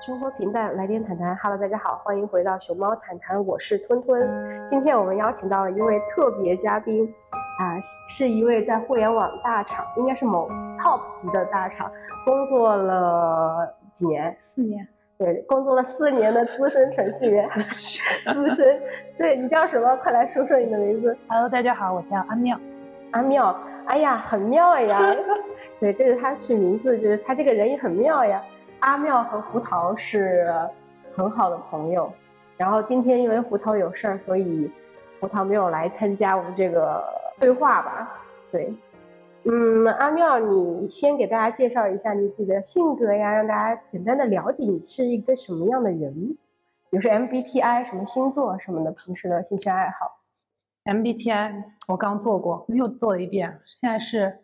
生活平淡，来点谈谈。Hello， 大家好，欢迎回到熊猫谈谈，我是吞吞。今天我们邀请到了一位特别嘉宾，是一位在互联网大厂，应该是某 top 级的大厂，工作了几年 ？4年。 对，工作了4年的资深程序员。资深，对，你叫什么？快来说说你的名字。 Hello， 大家好，我叫阿妙。 阿妙，哎呀，很妙呀。对，这是他取名字，就是他这个人也很妙呀。阿妙和胡桃是很好的朋友，然后今天因为胡桃有事儿，所以胡桃没有来参加我们这个对话吧。对，阿妙，你先给大家介绍一下你自己的性格呀，让大家简单的了解你是一个什么样的人，比如说 MBTI 什么星座什么的，平时的兴趣爱好。 MBTI 我刚做过，又做了一遍，现在是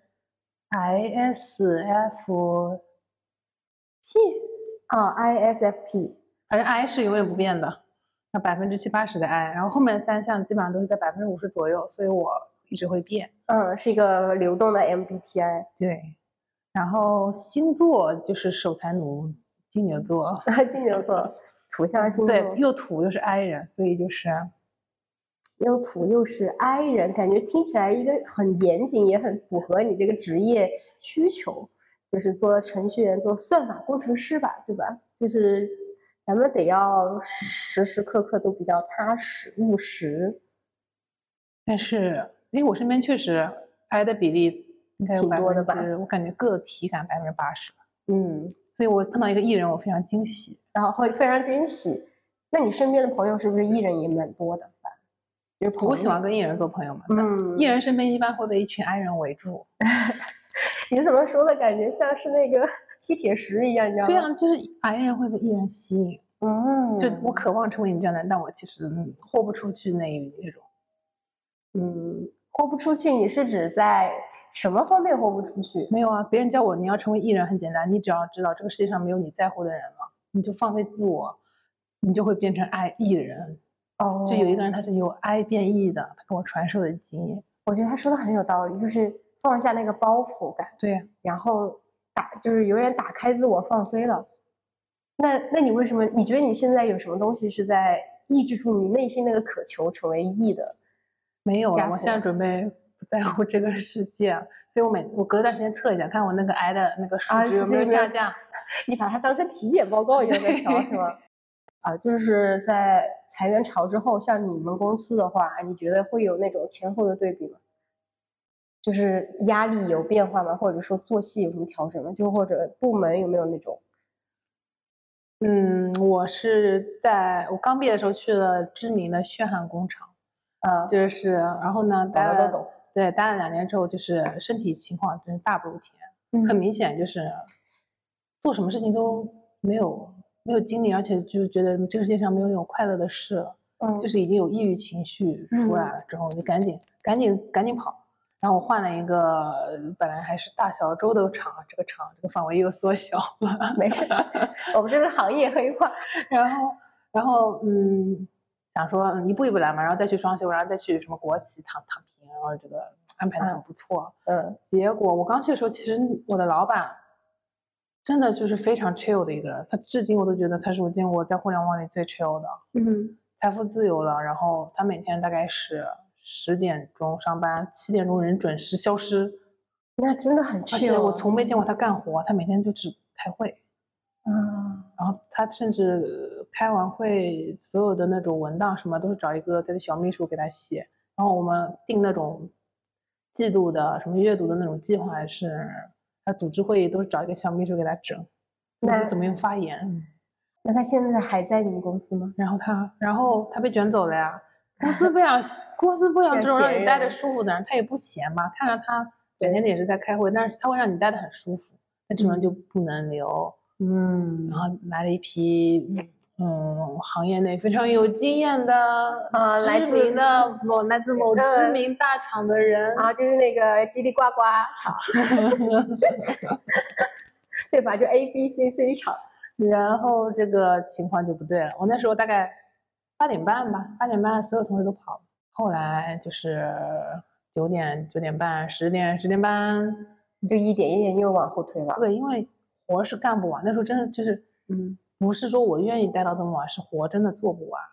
ISFP。 ISFP， 反正 I 是永远不变的，那70%-80%的 I， 然后后面3项基本上都是在50%左右，所以我一直会变。 是一个流动的 MBTI。 对，然后星座就是守财奴，金牛座。 金牛座，土象星座。 对，又土又是 I 人，所以就是又土又是 I 人，感觉听起来一个很严谨，也很符合你这个职业需求，就是做程序员、做算法工程师吧，对吧？就是咱们得要时时刻刻都比较踏实务实。 但是因为我身边确实 I 的比例应该有挺多的吧， 我感觉个体感80%。所以我碰到一个艺人，我非常惊喜， 然后会非常惊喜。那你身边的朋友是不是艺人也蛮多的吧？就是我喜欢跟艺人做朋友嘛。艺人身边一般会被一群 I 人围住。 你怎么说的？感觉像是那个吸铁石一样，你知道吗？ 对啊，就是 I 人会被艺人吸引。就我渴望成为你这样的人，但我其实豁不出去那种。 豁不出去，你是指在什么方面豁不出去？ 没有啊，别人教我你要成为艺人很简单，你只要知道这个世界上没有你在乎的人了，你就放飞自我，你就会变成艺人。就有一个人他是由 I 变 E 的，他跟我传授的经验。 我觉得他说的很有道理，就是放下那个包袱感。 对， 然后就是有点打开自我，放飞了。那你为什么？你觉得你现在有什么东西是在抑制住你内心那个渴求成为 E 的？ 没有了，我现在准备不在乎这个世界，所以我隔段时间测一下，看我那个 I 的那个数值有没有下降。 你把它当成体检报告一样在调是吗？就是在裁员潮之后，像你们公司的话，你觉得会有那种前后的对比吗？就是压力有变化吗？或者说作息有什么调整吗？就或者部门有没有那种？ 我刚毕业的时候去了知名的血汗工厂，然后呢，待了2年之后，就是身体情况真是大不如前，很明显就是做什么事情都没有精力，而且就觉得这个世界上没有那种快乐的事了，就是已经有抑郁情绪出来了之后，就赶紧跑。然后我换了一个本来还是大小洲的厂，这个范围又缩小了。 没事，我们这是行业黑化。 然后想说一步一步来嘛，然后再去双休，然后再去什么国企躺平，然后这个安排的很不错。结果我刚去的时候，其实我的老板真的就是非常 chill 的一个人，他至今我都觉得他是我见过在互联网里最 chill 的。财富自由了，然后他每天大概是10点钟上班，7点钟人准时消失。 那真的很 chill。而且我从没见过他干活，他每天就只开会。然后他甚至开完会，所有的那种文档什么都是找一个他的小秘书给他写。然后我们定那种季度的什么阅读的那种计划，还是他组织会议都是找一个小秘书给他整。那怎么用发言？ 那他现在还在你们公司吗？ 然后他被卷走了呀。公司不想这种让你待着舒服的人，他也不闲嘛。看着他每天也是在开会，但是他会让你待得很舒服，那这种人就不能留。然后来了一批行业内非常有经验的知名的来自某知名大厂的人就是那个叽里呱呱厂。对吧？就 ABCC 厂。 然后这个情况就不对了。我那时候大概8点半吧，8点半所有同事都跑了。后来就是9点半、10点半， 就一点一点又往后推了。 对，因为活是干不完。那时候真的就是不是说我愿意待到这么晚，是活真的做不完。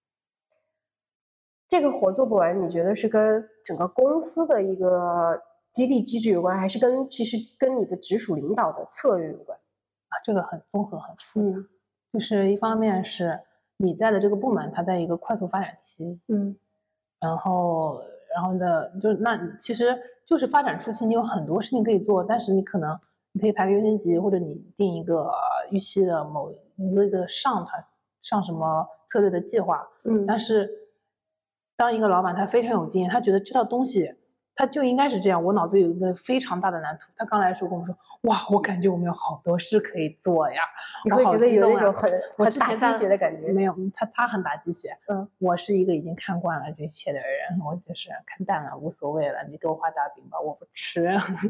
这个活做不完，你觉得是跟整个公司的一个激励机制有关，还是其实跟你的直属领导的策略有关？ 这个很综合很复杂。就是一方面是你在的这个部门，它在一个快速发展期，然后呢，那其实就是发展初期，你有很多事情可以做，但是你可以排个优先级，或者你定一个预期的某一个上什么策略的计划，但是当一个老板他非常有经验，他觉得这套东西他就应该是这样，我脑子有一个非常大的蓝图。他刚来的时候跟我说，哇，我感觉我们有好多事可以做呀。 你会觉得有那种很打鸡血的感觉？ 没有，他很打鸡血。我是一个已经看惯了这一切的人，我就是看淡了，无所谓了，你给我画大饼吧，我不吃。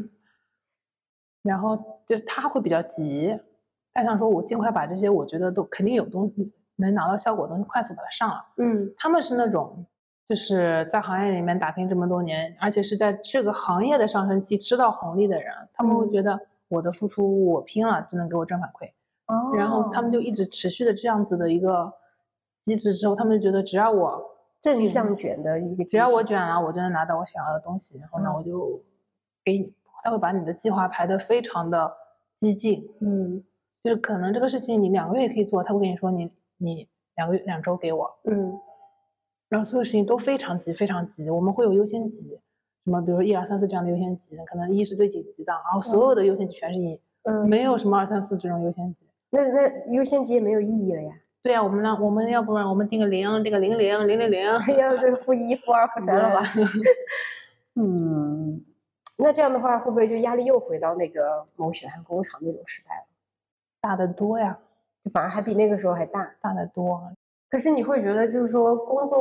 然后就是他会比较急，他想说我尽快把这些我觉得都肯定有东西能拿到效果的东西快速把它上了。他们是那种就是在行业里面打拼这么多年，而且是在这个行业的上升期吃到红利的人，他们会觉得我的付出我拼了就能给我正反馈。然后他们就一直持续的这样子的一个机制之后，他们就觉得只要我正向卷的一个， 只要我卷了，我就能拿到我想要的东西。然后呢，我就给你，他会把你的计划排得非常的激进。就是可能这个事情你2个月可以做，他会跟你说你2周给我。然后所有事情都非常急，非常急。我们会有优先级，什么比如说1、2、3、4这样的优先级，可能1是最紧急的，然后所有的优先级全是1，没有什么2、3、4这种优先级。 那优先级也没有意义了呀。 对呀，我们要不然我们定个0，定个00、000， 要这个负1、负2、负3了吧？那这样的话，会不会就压力又回到那个某血汗工厂那种时代了？ 大得多呀， 就反而还比那个时候还大得多。 可是你会觉得，就是说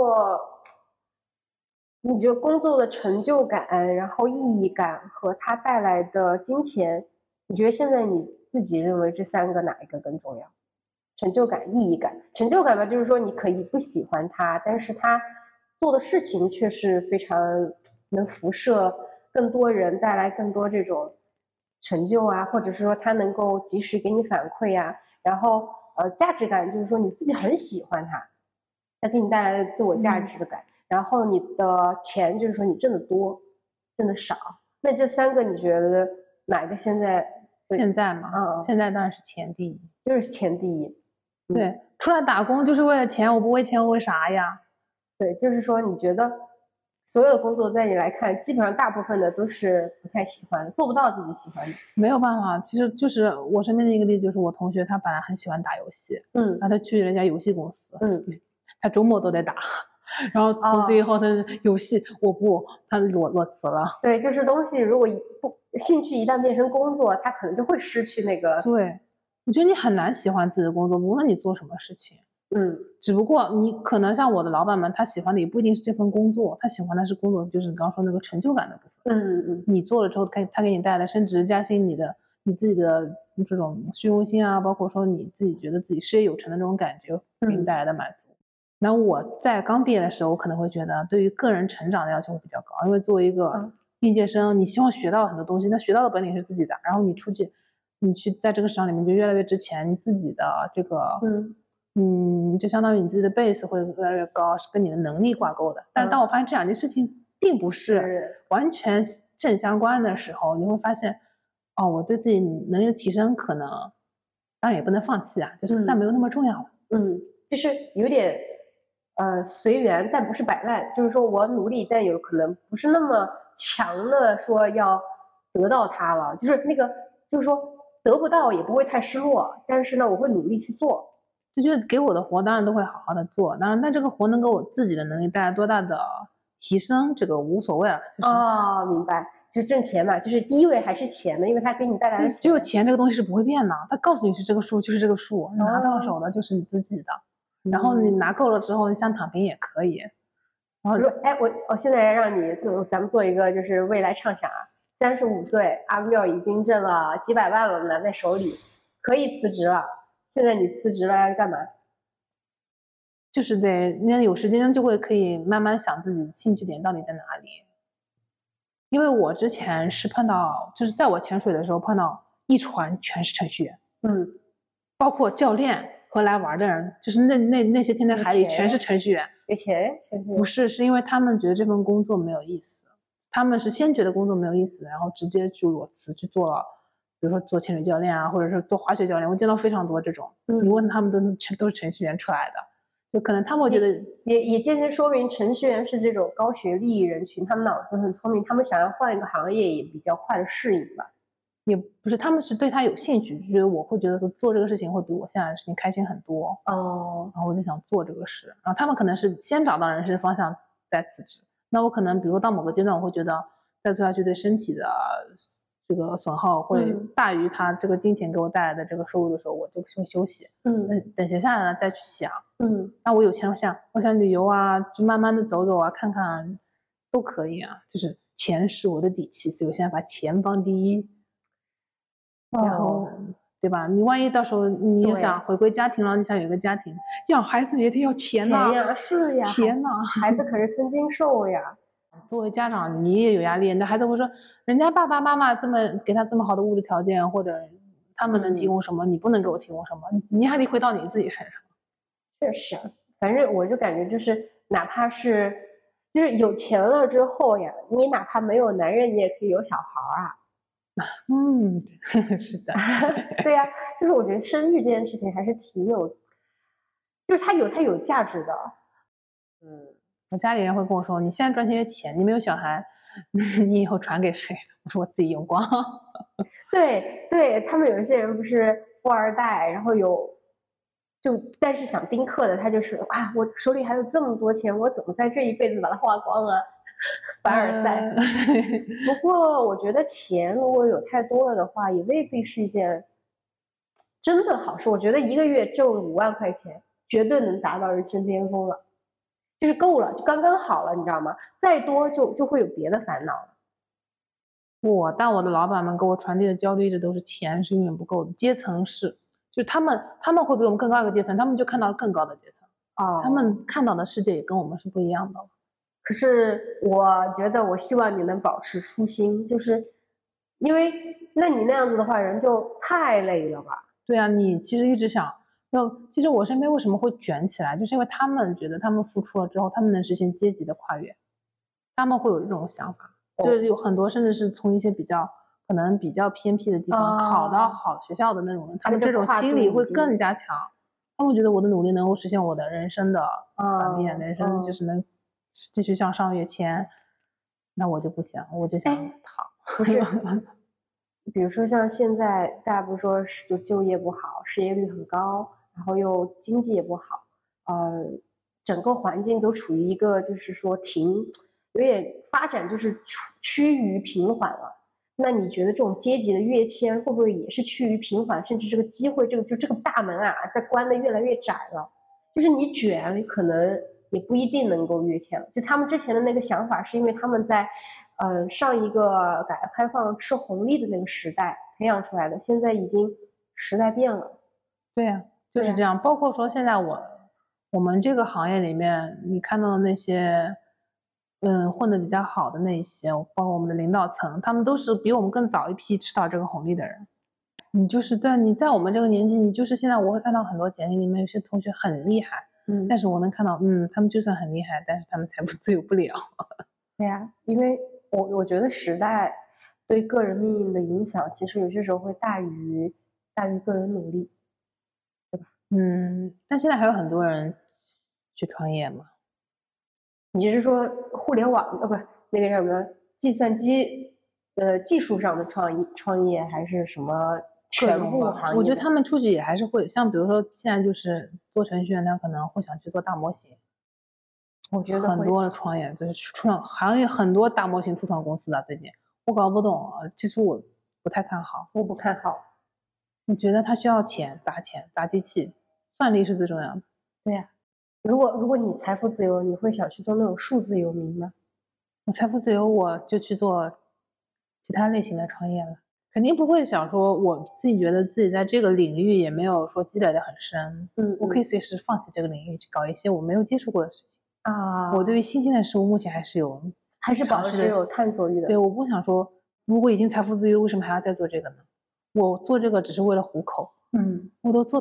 你觉得工作的成就感，然后意义感和它带来的金钱，你觉得现在你自己认为这3个哪一个更重要？成就感、意义感。成就感吧，就是说你可以不喜欢它，但是它做的事情却是非常能辐射更多人，带来更多这种成就啊，或者是说它能够及时给你反馈啊。然后价值感就是说你自己很喜欢它，它给你带来的自我价值感。然后你的钱就是说你挣得多，挣得少。那这3个你觉得哪一个现在嘛？现在当然是钱第一， 就是钱第一。 对，出来打工就是为了钱，我不为钱我为啥呀？ 对，就是说你觉得所有的工作在你来看，基本上大部分的都是不太喜欢，做不到自己喜欢的。 没有办法，其实就是我身边的一个例子，就是我同学他本来很喜欢打游戏，然后他去人家游戏公司，他周末都得打，然后从此以后他游戏我不，他裸辞了。 对，就是东西如果兴趣一旦变成工作，他可能就会失去那个。 对，我觉得你很难喜欢自己的工作，无论你做什么事情。只不过你可能像我的老板们，他喜欢的也不一定是这份工作，他喜欢的是工作，就是你刚刚说那个成就感的部分。你做了之后，他给你带来的升职加薪，你自己的这种虚荣心啊，包括说你自己觉得自己事业有成的那种感觉，给你带来的满足。那我在刚毕业的时候，我可能会觉得对于个人成长的要求会比较高，因为作为一个应届生，你希望学到很多东西，那学到的本领是自己的，然后你去在这个市场里面就越来越值钱，你自己的这个就相当于你自己的 base 会越来越高，是跟你的能力挂钩的。但是当我发现这2件事情并不是完全正相关的时候，你会发现，我对自己能力的提升可能，当然也不能放弃啊，就是但没有那么重要了。 就是有点随缘，但不是摆烂。就是说我努力，但有可能不是那么强的说要得到它了，就是那个，就是说得不到也不会太失落，但是呢，我会努力去做。 就是给我的活当然都会好好的做，当然但这个活能给我自己的能力带来多大的提升，这个无所谓了。 明白，就是挣钱嘛，就是第一位还是钱的，因为它给你带来的钱。 只有钱这个东西是不会变的，它告诉你是这个数就是这个数，你拿到手的就是你自己的。然后你拿够了之后，你想躺平也可以。然后我现在让咱们做一个就是未来畅想啊，35岁，阿妙已经挣了几百万了，拿在手里，可以辞职了。现在你辞职了要干嘛？ 就是那有时间就会可以慢慢想自己兴趣点到底在哪里。因为我之前是碰到，就是在我潜水的时候碰到一船全是程序员，包括教练回来玩的人，就是那些天在海里全是程序员。 有钱？ 不是，是因为他们觉得这份工作没有意思，他们是先觉得工作没有意思，然后直接就裸辞去做了，比如说做潜水教练啊，或者是做滑雪教练。我见到非常多这种，你问他们都是程序员出来的，就可能他们会觉得也间接说明程序员是这种高学历人群，他们脑子很聪明，他们想要换一个行业也比较快的适应吧。 也不是，他们是对他有兴趣，就觉得我会觉得说做这个事情会比我现在的事情开心很多哦， 然后我就想做这个事。然后他们可能是先找到人生方向再辞职。那我可能比如到某个阶段，我会觉得再做下去对身体的这个损耗会大于他这个金钱给我带来的这个收入的时候，我就会休息。等闲下来了再去想。那我有钱，我想旅游啊，就慢慢的走走啊，看看都可以啊。就是钱是我的底气，所以我现在把钱放第一。然后对吧，你万一到时候你又想回归家庭了，你想有一个家庭，养孩子也得要钱呐。 钱呀，是呀， 钱呐， 孩子可是吞金兽呀。 作为家长你也有压力，那孩子会说人家爸爸妈妈这么给他这么好的物质条件，或者他们能提供什么，你不能给我提供什么，你压力回到你自己身上。 确实，反正我就感觉就是哪怕是就是有钱了之后呀，你哪怕没有男人，你也可以有小孩啊。 是的。 对呀，就是我觉得生育这件事情还是挺有，就是它有价值的。 我家里人会跟我说，你现在赚些钱，你没有小孩，你以后传给谁？我说我自己用光。 对，他们有一些人不是富二代，然后但是想丁克的，他就是啊，我手里还有这么多钱，我怎么在这一辈子把它花光啊？凡尔赛。不过我觉得钱如果有太多了的话，也未必是一件真的好事。我觉得一个月挣5万块钱，绝对能达到人生巅峰了，就是够了，就刚刚好了，你知道吗？再多就会有别的烦恼了。 但我的老板们给我传递的焦虑一直都是钱是永远不够的，阶层是，就是他们会比我们更高一个阶层，他们就看到了更高的阶层。他们看到的世界也跟我们是不一样的。 可是我觉得，我希望你能保持初心，就是因为那你那样子的话，人就太累了吧？ 对啊，你其实一直想其实我身边为什么会卷起来，就是因为他们觉得他们付出了之后，他们能实现阶级的跨越，他们会有这种想法。就是有很多甚至是从一些可能比较偏僻的地方考到好学校的那种人，他们这种心理会更加强。他们觉得我的努力能够实现我的人生的转变，人生就是能继续向上跃迁。那我就不行，我就想躺。 不是，比如说像现在大家不是说就就业不好，失业率很高，然后又经济也不好，整个环境都处于一个就是说有点发展就是趋于平缓了。那你觉得这种阶级的跃迁会不会也是趋于平缓，甚至这个机会这个大门啊在关的越来越窄了？就是你卷可能也不一定能够跃迁了。就他们之前的那个想法是因为他们在上一个改革开放吃红利的那个时代培养出来的，现在已经时代变了。 对呀，就是这样。包括说现在我们这个行业里面，你看到的那些混得比较好的那些，包括我们的领导层，他们都是比我们更早一批吃到这个红利的人。你就是你在我们这个年纪，你就是现在我会看到很多简历里面有些同学很厉害，但是我能看到他们就算很厉害，但是他们财富自由不了。 对呀，因为我觉得时代对个人命运的影响，其实有些时候会大于个人努力，对吧？ 但现在还有很多人去创业嘛？ 你是说互联网不是那个叫什么计算机技术上的创业，还是什么全部行业？ 我觉得他们出去也还是会，像比如说现在就是做程序员，他可能会想去做大模型。 我觉得很多的创业就是行业很多大模型初创公司的最近我搞不懂，其实我不太看好。 我不看好。 你觉得他需要砸机器，算力是最重要的。 对呀，如果你财富自由，你会想去做那种数字游民吗？ 我财富自由，我就去做其他类型的创业了，肯定不会想说我自己觉得自己在这个领域也没有说积累的很深，我可以随时放弃这个领域去搞一些我没有接触过的事情啊。我对于新鲜的事物目前还是保持有探索欲的。 对，我不想说如果已经财富自由，为什么还要再做这个呢？我做这个只是为了糊口，我都做到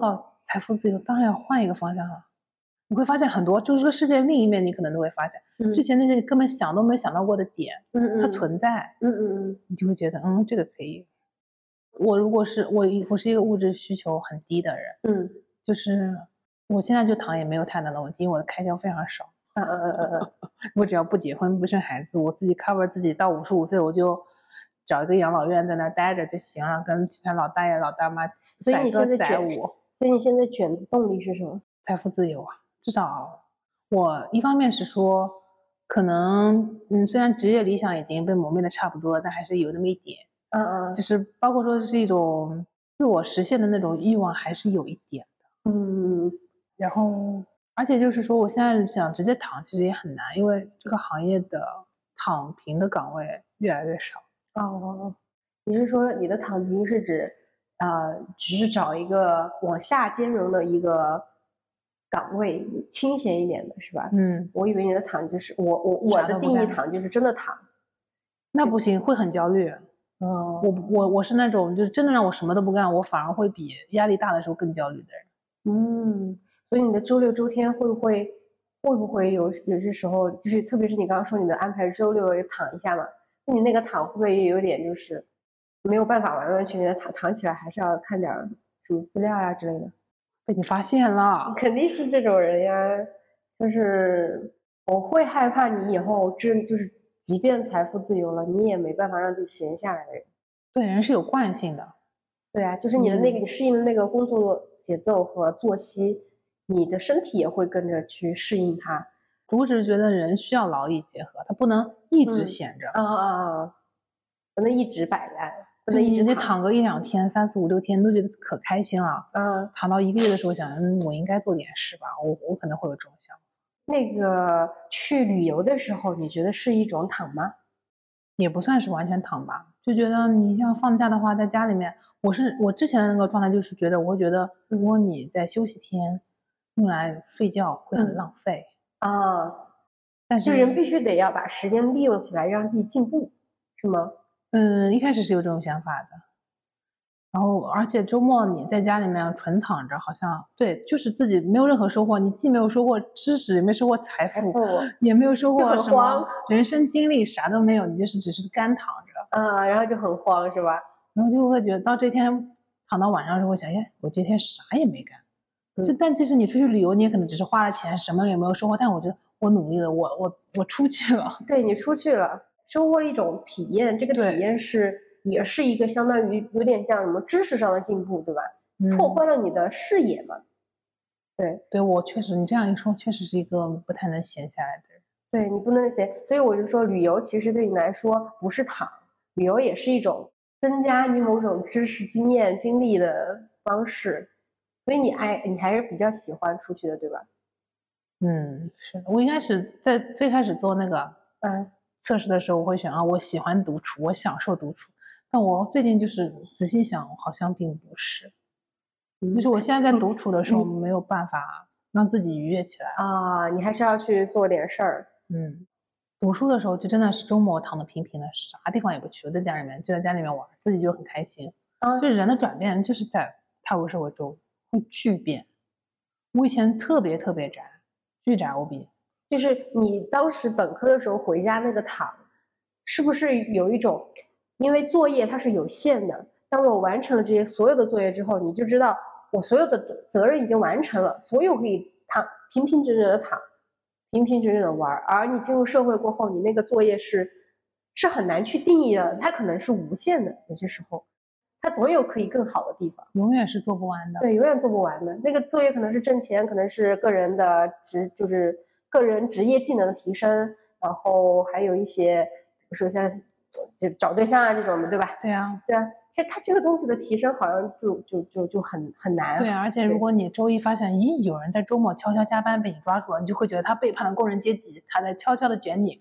财富自由当然要换一个方向了。你会发现很多，就是这个世界另一面，你可能都会发现，之前那些根本想都没想到过的点，它存在，你就会觉得，这个可以。我是一个物质需求很低的人，就是我现在就躺也没有太大的问题，因为我的开销非常少，我只要不结婚不生孩子，我自己 cover 自己到55岁，我就找一个养老院在那待着就行了，跟其他老大爷老大妈载歌载舞。 所以你现在卷的动力是什么？ 财富自由啊。至少我一方面是说可能虽然职业理想已经被磨灭的差不多了，但还是有那么一点，就是包括说是一种自我实现的那种欲望还是有一点的，然后而且就是说我现在想直接躺其实也很难，因为这个行业的躺平的岗位越来越少。 你是说你的躺平是指只是找一个往下兼容的一个岗位，清闲一点的是吧？我以为你的躺就是我的定义躺就是真的躺。 那不行，会很焦虑。我是那种就是真的让我什么都不干，我反而会比压力大的时候更焦虑的人。所以你的周六周天会不会有些时候，就是特别是你刚刚说你的安排周六也躺一下嘛？那你那个躺会不会有点就是没有办法完完全全的躺起来，还是要看点什么资料呀之类的？ 被你发现了， 肯定是这种人呀。就是我会害怕你以后就是即便财富自由了，你也没办法让自己闲下来的人。 对，人是有惯性的。 对啊，就是你的那个你适应的那个工作节奏和作息，你的身体也会跟着去适应它。 我只是觉得人需要劳逸结合，他不能一直闲着， 不能一直摆烂，不能一直躺个1-2天、3、4、5、6天都觉得可开心了。躺到1个月的时候想，我应该做点事吧，我可能会有这种想法。 那个去旅游的时候，你觉得是一种躺吗？ 也不算是完全躺吧，就觉得你像放假的话，在家里面，我之前的那个状态就是觉得，我会觉得如果你在休息天用来睡觉会很浪费但是人必须得要把时间利用起来，让自己进步，是吗？ 一开始是有这种想法的，然后而且周末你在家里面纯躺着，好像对，就是自己没有任何收获，你既没有收获知识，也没收获财富，也没有收获什么人生经历，啥都没有，你就是只是干躺着， 然后就很慌，是吧？ 然后就会觉得到这天躺到晚上就会想，我今天啥也没干。但即使你出去旅游，你也可能只是花了钱，什么也没有收获，但我觉得我努力了，我出去了。 对，你出去了，收获了一种体验，这个体验也是一个相当于有点像什么知识上的进步，对吧？拓宽了你的视野嘛。 对，我确实，你这样一说，确实是一个不太能闲下来的人。 对，你不能闲，所以我就说，旅游其实对你来说不是躺，旅游也是一种增加你某种知识、经验、经历的方式。所以你还是比较喜欢出去的，对吧？ 是我一开始在最开始做那个测试的时候，我会选我喜欢独处，我享受独处。但我最近就是仔细想，好像并不是。就是我现在在独处的时候，没有办法让自己愉悦起来你还是要去做点事儿。 读书的时候就真的是周末躺得平平的，啥地方也不去，我在家里面就在家里面玩，自己就很开心。就是人的转变就是在踏入社会中会巨变。我以前特别特别宅，巨宅无比。 就是你当时本科的时候回家那个躺，是不是有一种，因为作业它是有限的，当我完成了这些所有的作业之后，你就知道我所有的责任已经完成了，所有可以平平整整的躺，平平整整的玩。而你进入社会过后，你那个作业是很难去定义的，它可能是无限的，有些时候它总有可以更好的地方， 永远是做不完的。 对，永远做不完的。那个作业可能是挣钱，可能是个人的就是个人职业技能的提升，然后还有一些比如说像就找对象这种的，对吧？ 对啊， 其实它这个东西的提升好像就很难。 对，而且如果你周一发现有人在周末悄悄加班被你抓住了，你就会觉得他背叛了工人阶级，他在悄悄的卷你。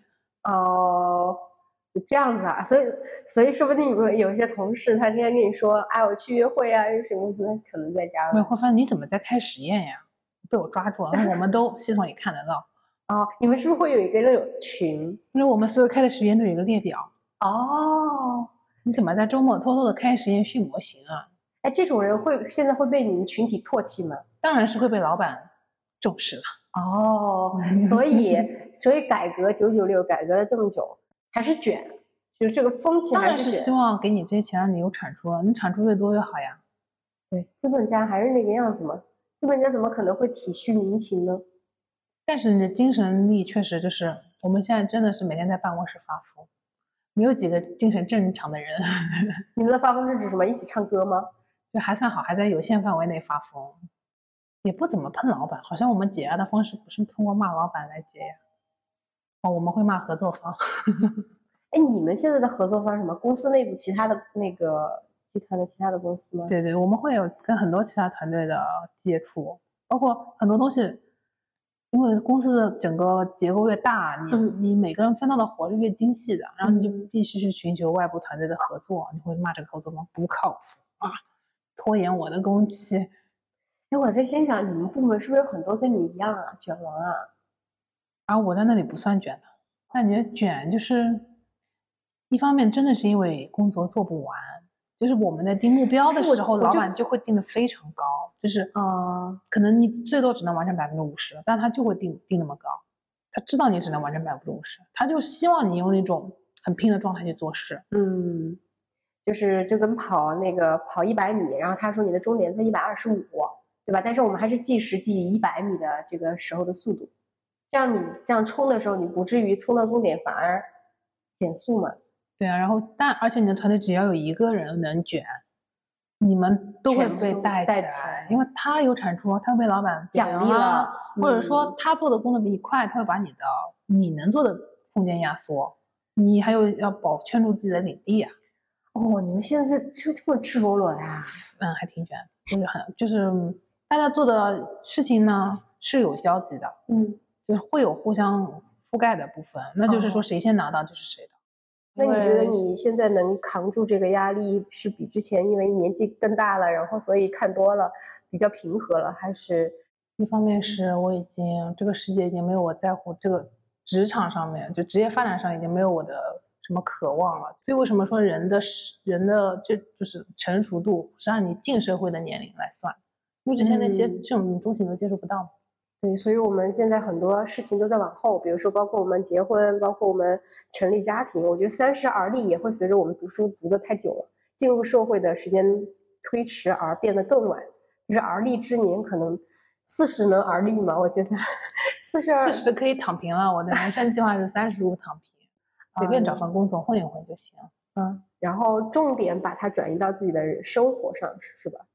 这样子啊，所以说不定有一些同事他天天跟你说，我去约会有什么可能在家。 我会发现你怎么在开实验呀？被我抓住了，我们都系统也看得到。 你们是不是会有一个那种群？ 因为我们所有开的实验都有一个列表。你怎么在周末偷偷的开实验训模型啊？ 哎，这种人现在会被你们群体唾弃吗？ 当然是会被老板重视了。 哦，所以改革996改革了这么久，还是卷，就是这个风气还是卷。当然是希望给你这些钱让你有产出，你产出越多越好呀。 对，资本家还是那个样子嘛，资本家怎么可能会体恤民情呢？ 但是你的精神力确实就是，我们现在真的是每天在办公室发疯，没有几个精神正常的人。 你们的发疯是指什么？一起唱歌吗？ 就还算好，还在有限范围内发疯，也不怎么喷老板。好像我们解压的方式不是通过骂老板来解压。哦，我们会骂合作方。 哎，你们现在的合作方什么？公司内部其他的那个集团的其他的公司吗？ 对对，我们会有跟很多其他团队的接触，包括很多东西。因为公司的整个结构越大，你每个人分到的活是越精细的，然后你就必须去寻求外部团队的合作。你会骂这个合作方不靠谱啊，拖延我的工期。 哎，我在心想，你们部门是不是有很多跟你一样啊，卷王啊？ 啊，我在那里不算卷的。那你的卷就是一方面真的是因为工作做不完，就是我们在定目标的时候，老板就会定得非常高，就是可能你最多只能完成50%，但他就会定那么高。他知道你只能完成50%，他就希望你用那种很拼的状态去做事。 就跟跑100米，然后他说你的终点在125，对吧？但是我们还是计时计100米的这个时候的速度，这样你这样冲的时候，你不至于冲到终点反而减速嘛。 对啊，然后而且你的团队只要有一个人能卷，你们都会被带起来，因为他有产出，他被老板奖励了， 或者说他做的工作比你快，他会把你能做的空间压缩，你还有要圈住自己的领地啊。 哦，你们现在这么赤裸裸的啊？ 还挺卷，就是大家做的事情呢是有交集的，就是会有互相覆盖的部分，那就是说谁先拿到就是谁的。 那你觉得你现在能扛住这个压力，是比之前因为年纪更大了，然后所以看多了，比较平和了，还是一方面是我已经这个世界已经没有我在乎，这个职场上面就职业发展上已经没有我的什么渴望了。所以为什么说人的这就是成熟度是按你进社会的年龄来算，因为之前那些这种东西你都接触不到。 对，所以我们现在很多事情都在往后，比如说包括我们结婚，包括我们成立家庭，我觉得30而立也会随着我们读书读得太久了，进入社会的时间推迟而变得更晚，就是而立之年可能40能而立吗？我觉得 40可以躺平了，我的人生计划是35躺平，随便找份工作混一混就行。 然后重点把它转移到自己的生活上，是吧？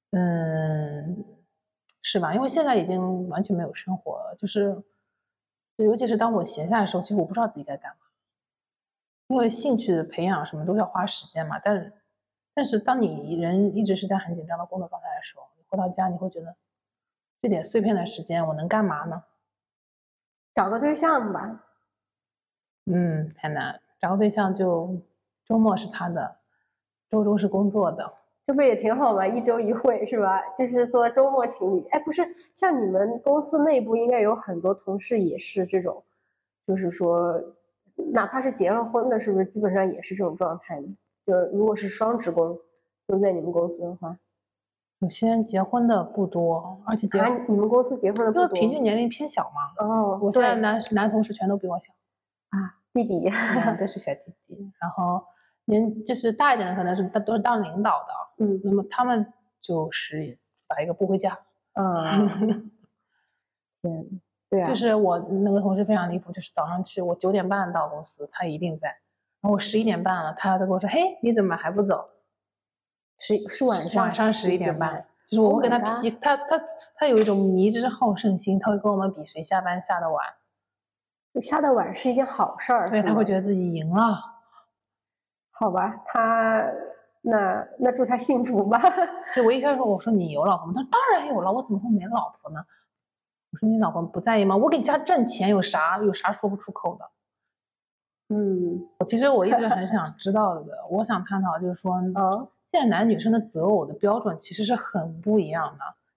是吧？因为现在已经完全没有生活了，尤其是当我闲下来的时候，其实我不知道自己该干嘛。因为兴趣的培养什么都是要花时间嘛，但是当你人一直是在很紧张的工作状态的时候，你回到家你会觉得这点碎片的时间我能干嘛呢？ 找个对象吧。 太难，找个对象就周末是他的，周周是工作的。 这不也挺好吗？1周1会是吧？就是做周末情侣。哎，不是，像你们公司内部应该有很多同事也是这种，就是说，哪怕是结了婚的，是不是基本上也是这种状态呢？就如果是双职工都在你们公司的话， 有些结婚的不多，而且你们公司结婚的不多， 因为平均年龄偏小嘛。我现在男同事全都比我小啊，弟弟都是小弟弟，然后就是大一点的可能是都是当领导的。那么他们就是打一个不回家。 对啊， 就是我那个同事非常离谱，就是早上去我9点半到公司，他一定在，然后我11点半了，他跟我说，嘿，你怎么还不走？ 是晚上 11点半，就是我会跟他批，他有一种迷之好胜心，他会跟我们比谁下班下得晚。 下得晚是一件好事儿， 对，他会觉得自己赢了。 好吧，那祝他幸福吧。 对，我一开始说，我说你有老婆吗？他说当然有了，我怎么会没老婆呢？我说你老婆不在意吗？我给家挣钱有啥说不出口的？其实我一直很想知道的，我想探讨就是说，现在男女生的择偶的标准其实是很不一样的。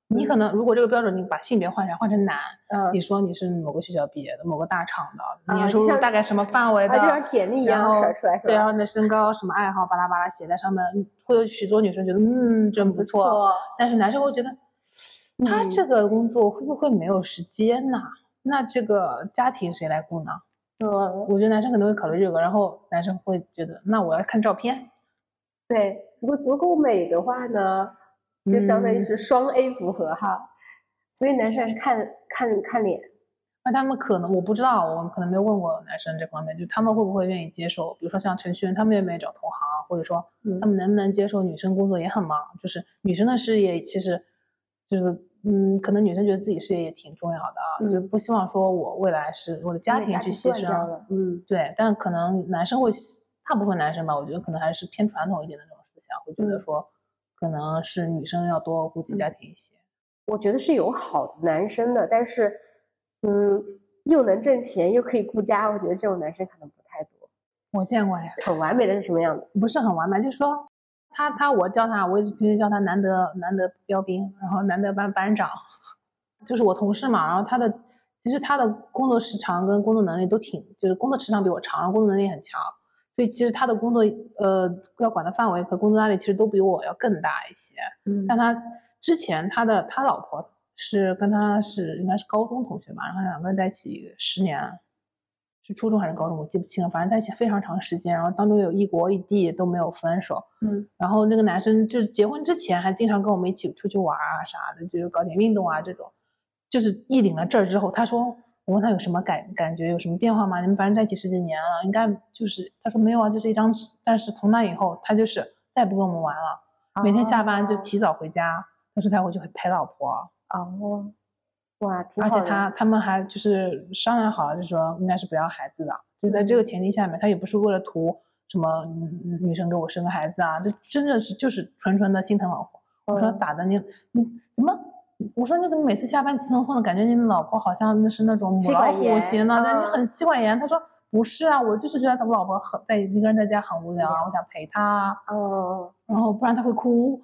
你可能如果这个标准你把性别换成男，你说你是某个学校毕业的，某个大厂的，年收入大概什么范围的， 就像简历一样甩出来， 对，然后你的身高什么爱好巴拉巴拉写在上面，会有许多女生觉得真不错，但是男生会觉得他这个工作会不会没有时间呢？那这个家庭谁来顾呢？我觉得男生可能会考虑这个，然后男生会觉得那我要看照片。 对，如果足够美的话呢，就相当于是双 A 组合哈。所以男生还是看脸。 那他们可能我不知道，我可能没有问过男生这方面，就他们会不会愿意接受，比如说像程序员，他们愿不愿意找同行，或者说他们能不能接受女生工作也很忙，就是女生的事业其实就是可能女生觉得自己事业也挺重要的，就不希望说我未来是我的家庭去牺牲，对，但可能男生会，大部分男生吧，我觉得可能还是偏传统一点的那种思想，会觉得说可能是女生要多顾及家庭一些。 我觉得是有好的男生的，但是又能挣钱又可以顾家，我觉得这种男生可能不太多。 我见过呀。 很完美的是什么样的？ 不是很完美，就是说我叫他，我平时叫他难得标兵，然后难得班长，就是我同事嘛，然后其实他的工作时长跟工作能力都就是工作时长比我长，工作能力很强，所以其实他的工作要管的范围和工作压力其实都比我要更大一些。但他之前他老婆跟他应该是高中同学吧，然后两个人在一起10年，是初中还是高中我记不清了，反正在一起非常长时间，然后当中有异国异地都没有分手。然后那个男生就是结婚之前还经常跟我们一起出去玩啊啥的，就是搞点运动啊这种。就是一领了证之后，他说我问他有什么感觉有什么变化吗？你们反正在一起10几年了，应该就是他说没有啊，就是一张纸。但是从那以后他就是再也不跟我们玩了，每天下班就提早回家，他说他回去会陪老婆。 哇，挺好的。 而且他们还就是商量好了，就说应该是不要孩子的，就在这个前提下面，他也不是为了图什么女生给我生个孩子啊，就真的是就是纯纯的心疼老婆。我说打的你怎么？我说你怎么每次下班急匆匆的，感觉你老婆好像是那种母老虎型的，但你很妻管严。他说不是啊，我就是觉得我老婆一个人在家很无聊，我想陪她。然后不然她会哭。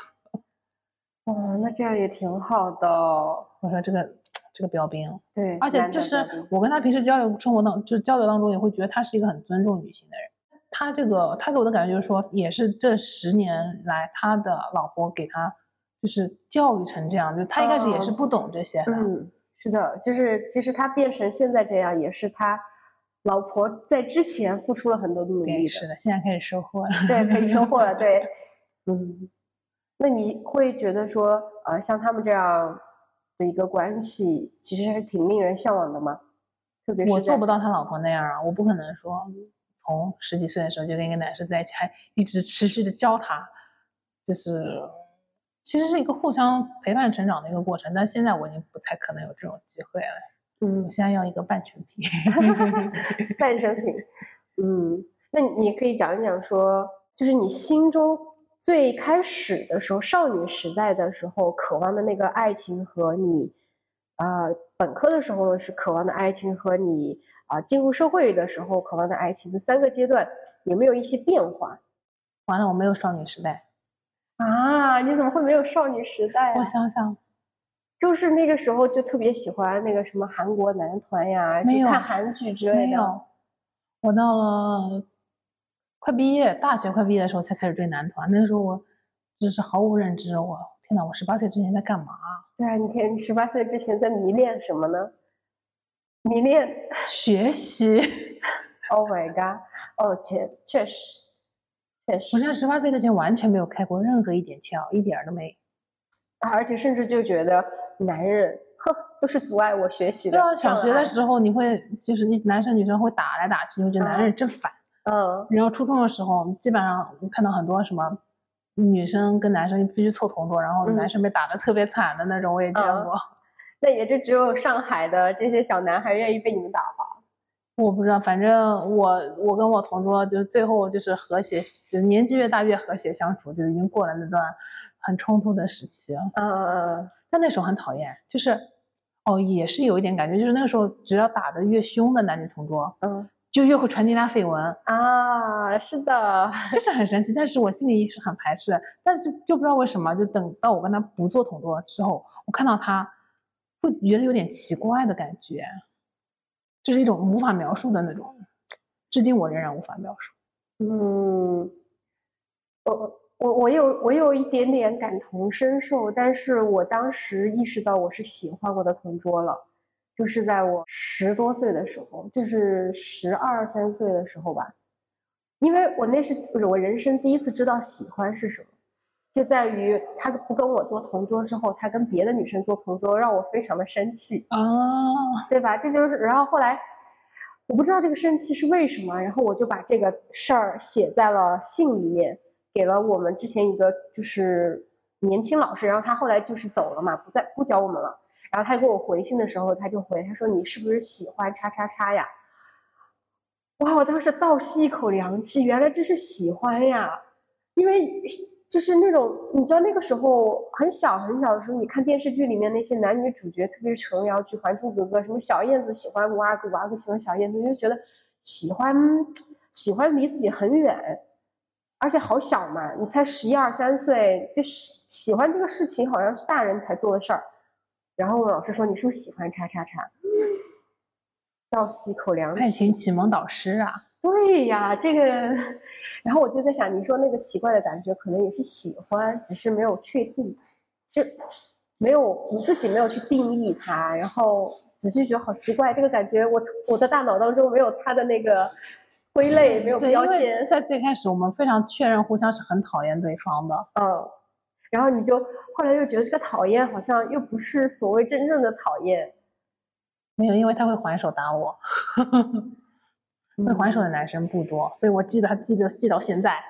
那这样也挺好的。 我说这个标兵， 对， 而且就是我跟他平时交流当中也会觉得他是一个很尊重女性的人。他给我的感觉就是说，也是这10年来他的老婆给他就是教育成这样，就他一开始也是不懂这些的。 是的，就是其实他变成现在这样，也是他老婆在之前付出了很多努力的。 是的，现在开始收获了。 对，可以收获了。对，那你会觉得说，像他们这样的一个关系，其实是挺令人向往的吗？特别是我做不到他老婆那样啊，我不可能说从10几岁的时候就跟一个男生在一起，还一直持续的教他，就是其实是一个互相陪伴成长的一个过程。但现在我已经不太可能有这种机会了。我现在要一个半成品。 半成品。那你可以讲一讲说，就是你心中最开始的时候，少女时代的时候渴望的那个爱情，和你本科的时候是渴望的爱情，和你进入社会的时候渴望的爱情，这3个阶段有没有一些变化？ 完了，我没有少女时代啊！你怎么会没有少女时代啊？ 我想想， 就是那个时候就特别喜欢那个什么韩国男团呀，就看韩剧之类的。 没有，我到了大学快毕业的时候才开始追男团。那个时候我就是毫无认知，天哪，我18岁之前在干嘛？ 对啊，你18岁之前在迷恋什么呢？迷恋学习。 Oh my god！ 确实。 我现在18岁之前完全没有开过任何一点窍，一点都没。 而且甚至就觉得男人都是阻碍我学习的。 对啊，小学的时候你会就是男生女生会打来打去，你会觉得男人真烦。然后初中的时候，基本上看到很多什么女生跟男生必须凑同桌，然后男生被打得特别惨的那种，我也见过。 那也就只有上海的这些小男孩愿意被你们打吧？ 我不知道，反正我跟我同桌就最后就是和谐，就是年纪越大越和谐相处，就已经过了那段很冲突的时期了。但那时候很讨厌，就是也是有一点感觉，就是那个时候只要打得越凶的男女同桌， 就越会传递他绯闻啊。是的， 就是很神奇，但是我心里是很排斥，但是就不知道为什么，就等到我跟他不做同桌之后，我看到他会觉得有点奇怪的感觉，就是一种无法描述的那种，至今我仍然无法描述。 我有一点点感同身受，但是我当时意识到我是喜欢我的同桌了，就是在我10多岁的时候，就是12、13岁的时候吧，因为我那是不是我人生第一次知道喜欢是什么，就在于他不跟我做同桌之后，他跟别的女生做同桌，让我非常的生气对吧？这就是，然后后来我不知道这个生气是为什么，然后我就把这个事儿写在了信里面。给了我们之前一个就是年轻老师，然后他后来就是走了嘛，不教我们了。然后他给我回信的时候，他说你是不是喜欢叉叉叉呀？哇！我当时倒吸一口凉气，原来这是喜欢呀！因为就是那种你知道那个时候很小很小的时候，你看电视剧里面那些男女主角，特别是琼瑶剧《还珠格格》，什么小燕子喜欢五阿哥，五阿哥喜欢小燕子，你就觉得喜欢离自己很远。而且好小嘛，你才11、13岁，就是喜欢这个事情好像是大人才做的事儿。然后我老师说你是不是喜欢叉叉叉？倒吸一口凉气。 爱情启蒙导师啊。 对呀，这个，然后我就在想，你说那个奇怪的感觉，可能也是喜欢，只是没有确定，就没有你自己没有去定义它，然后只是觉得好奇怪，这个感觉我的大脑当中没有它的那个。归类没有标签， 在最开始我们非常确认互相是很讨厌对方的， 然后你就后来又觉得这个讨厌好像又不是所谓真正的讨厌， 没有，因为他会还手打我，会还手的男生不多，所以我记到现在。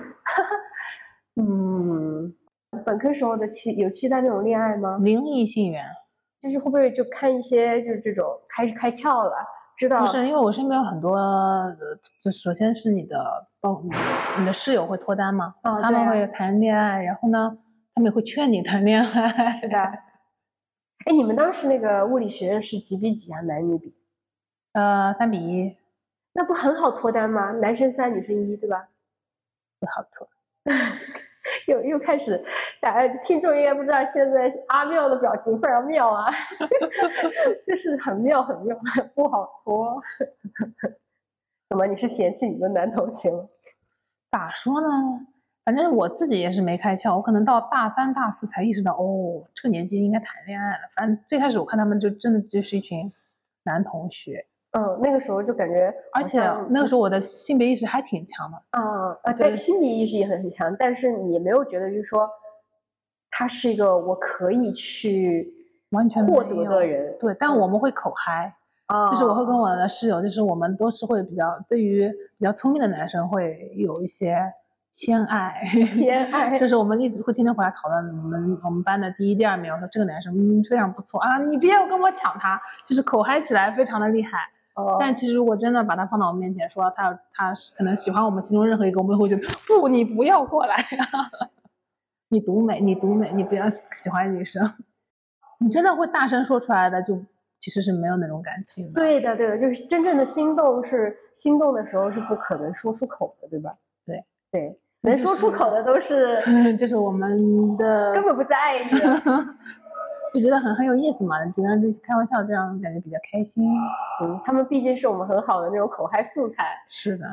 本科时候的有期待那种恋爱吗？ 零异性缘， 就是会不会就看一些就是这种开窍了？知道不是，因为我身边有很多，就首先是你的室友会脱单嘛，他们会谈恋爱，然后呢，他们也会劝你谈恋爱。 是的。哎，你们当时那个物理学院是几比几啊？男女比 ？3比1。 那不很好脱单吗？男生3，女生1，对吧？ 不好脱。 又开始，听众应该不知道现在阿妙的表情非常妙啊，就是很妙很妙，不好脱。怎么你是嫌弃你的男同学吗？ 咋说呢？反正我自己也是没开窍，我可能到大3、大4才意识到，哦，这个年纪应该谈恋爱了。反正最开始我看他们就真的就是一群男同学。 那个时候就感觉， 而且那个时候我的性别意识还挺强的。 对，性别意识也很强，但是你没有觉得就是说，他是一个我可以去完全获得的人。 对，但我们会口嗨。就是我会跟我的室友，就是我们都是会对于比较聪明的男生会有一些偏爱，就是我们一直会天天回来讨论我们班的第1、第2名。我说这个男生非常不错啊，你别跟我抢他，就是口嗨起来非常的厉害。但其实如果真的把他放到我们面前，说他可能喜欢我们其中任何一个，我们会觉得不，你不要过来呀，你独美，你不要喜欢女生，你真的会大声说出来的，就其实是没有那种感情的。 对的，就是真正的心动的时候是不可能说出口的，对吧？对，能说出口的都是， 就是我们的根本不在爱你了。 就觉得很有意思嘛，几个人开玩笑，这样感觉比较开心。 他们毕竟是我们很好的那种口嗨素材。 是的。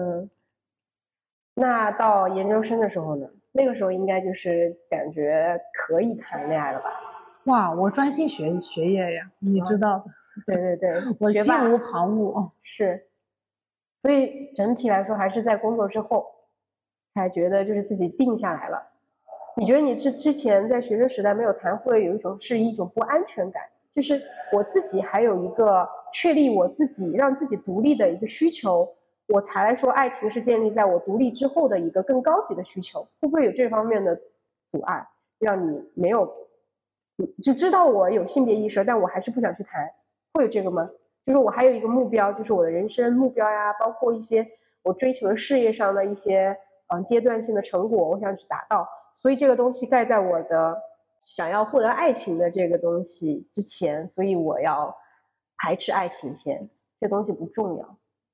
那到研究生的时候呢？那个时候应该就是感觉可以谈恋爱了吧？ 哇，我专心学业呀，你知道的。 对， 我心无旁骛。 是，所以整体来说还是在工作之后才觉得就是自己定下来了。你觉得你之前在学生时代没有谈，会有一种不安全感，就是我自己还有一个确立我自己让自己独立的一个需求，我才来说爱情是建立在我独立之后的一个更高级的需求，会不会有这方面的阻碍，让你没有就知道我有性别意识，但我还是不想去谈，会有这个吗？就是我还有一个目标，就是我的人生目标呀，包括一些我追求的事业上的一些阶段性的成果，我想去达到。所以这个东西盖在我的想要获得爱情的这个东西之前，所以我要排斥爱情先，这东西不重要。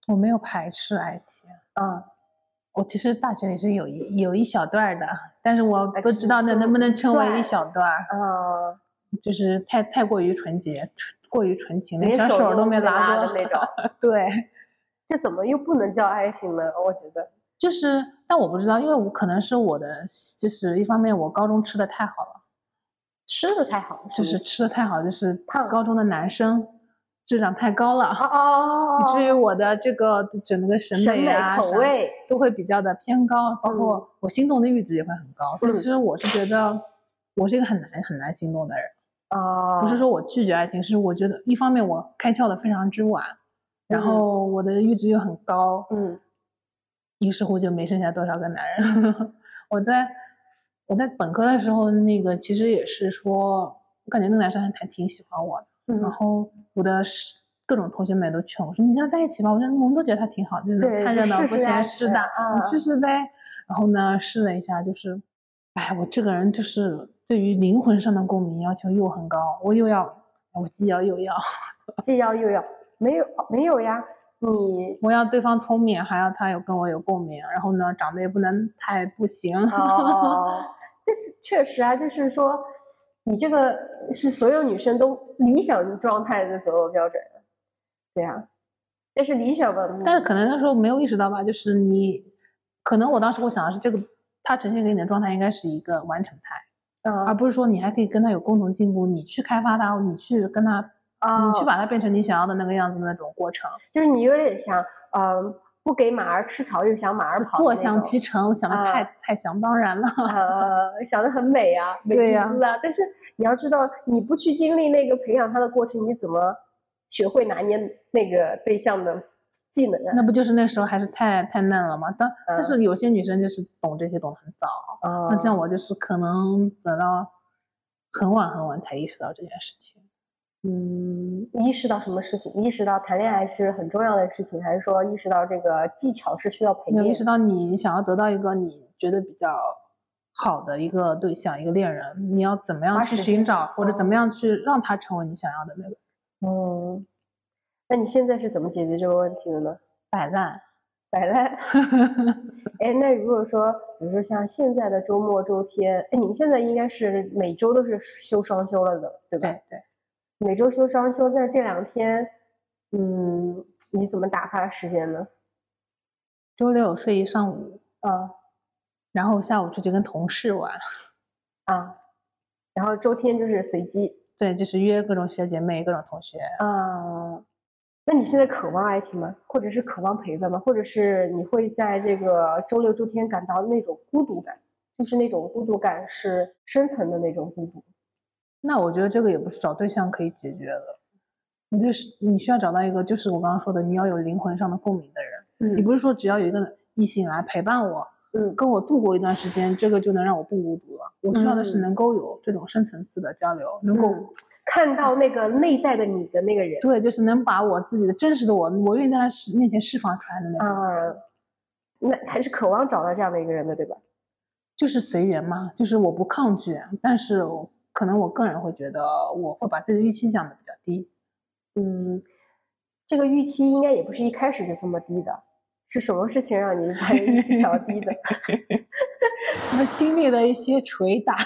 我没有排斥爱情。我其实大学里是有一小段的，但是我不知道那能不能称为一小段。就是太过于纯洁，过于纯情，连小手都没拉过的那种。 对， 这怎么又不能叫爱情呢？我觉得就是，但我不知道，因为我可能是我的，就是一方面我高中吃的太好了， 吃的太好， 就是吃的太好，就是高中的男生质量太高了以至于我的这个整个审美啊口味都会比较的偏高，包括我心动的阈值也会很高。所以其实我是觉得我是一个很难心动的人。不是说我拒绝爱情，是我觉得一方面我开窍的非常之晚，然后我的阈值又很高，于是乎就没剩下多少个男人。我在本科的时候，那个其实也是说，我感觉那个男生还挺喜欢我的，然后我的各种同学们都劝我说：“你跟他在一起吧。”我们都觉得他挺好，就是看热闹不嫌事大，你试试呗。然后呢，试了一下，就是，哎，我这个人就是对于灵魂上的共鸣要求又很高，我既要又要， 既要又要，没有呀。 我要对方聪明，还要他跟我有共鸣，然后呢，长得也不能太不行。 这确实啊，就是说，你这个是所有女生都理想状态的择偶标准。对啊，这是理想的。 但是可能那时候没有意识到吧，就是可能我当时我想的是这个，他呈现给你的状态应该是一个完成态，而不是说你还可以跟他有共同进步，你去开发他，你去跟他。你去把它变成你想要的那个样子的那种过程， 就是你有点像，不给马儿吃草，又想马儿跑， 坐享其成，想的太想当然了， 想的很美啊，美滋滋啊。但是你要知道，你不去经历那个培养他的过程，你怎么学会拿捏那个对象的技能啊？ 那不就是那时候还是太嫩了吗？但是有些女生就是懂这些懂得很早，那像我就是可能等到很晚才意识到这件事情。 意识到什么事情？意识到谈恋爱是很重要的事情，还是说意识到这个技巧是需要培练？ 意识到你想要得到一个你觉得比较好的一个对象，一个恋人，你要怎么样去寻找，或者怎么样去让他成为你想要的那个？ 那你现在是怎么解决这个问题的呢？ 摆烂。 哎，那如果说，比如说像现在的周末周天，哎，你们现在应该是每周都是休双休了的，对吧？ 对。 每周休双休，在这2天，你怎么打发时间呢？ 周六睡一上午，然后下午出去跟同事玩， 然后周天就是随机， 对，就是约各种学姐妹、各种同学。 那你现在渴望爱情吗？或者是渴望陪伴吗？或者是你会在这个周六周天感到那种孤独感？就是那种孤独感是深层的那种孤独。 那我觉得这个也不是找对象可以解决的，你需要找到一个，就是我刚刚说的，你要有灵魂上的共鸣的人。你不是说只要有一个异性来陪伴我，跟我度过一段时间，这个就能让我不孤独了。我需要的是能够有这种深层次的交流，能够看到那个内在的你的那个人。 对，就是能把我自己的真实的我愿意在他面前释放出来的那种。 那还是渴望找到这样的一个人的，对吧？ 就是随缘嘛，就是我不抗拒，但是可能我个人会觉得我会把自己的预期降得比较低。 这个预期应该也不是一开始就这么低的，是什么事情让你把预期调低的？ 我经历了一些捶打，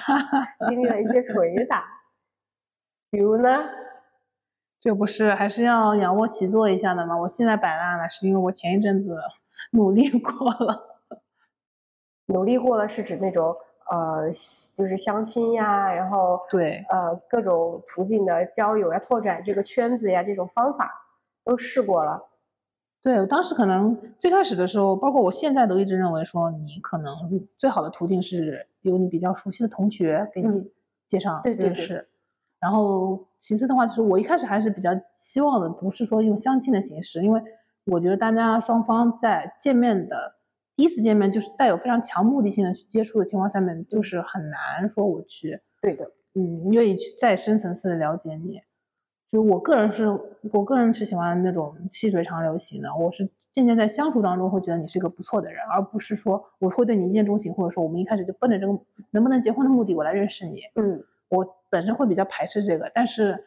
比如呢？ 这不是还是要仰卧起坐一下的吗？我现在摆烂了，是因为我前一阵子努力过了。 努力过了是指那种就是相亲呀，然后对各种途径的交友呀，拓展这个圈子呀，这种方法都试过了。 对，我当时可能最开始的时候，包括我现在都一直认为说，你可能最好的途径是有你比较熟悉的同学给你介绍认识。然后其次的话，就是我一开始还是比较希望的，不是说用相亲的形式，因为我觉得大家双方在见面的第一次见面就是带有非常强目的性的去接触的情况下面，就是很难说我去愿意去再深层次的了解你。就我个人是喜欢那种细水长流型的，我是渐渐在相处当中会觉得你是一个不错的人，而不是说我会对你一见钟情，或者说我们一开始就奔着这个能不能结婚的目的我来认识你。我本身会比较排斥这个，但是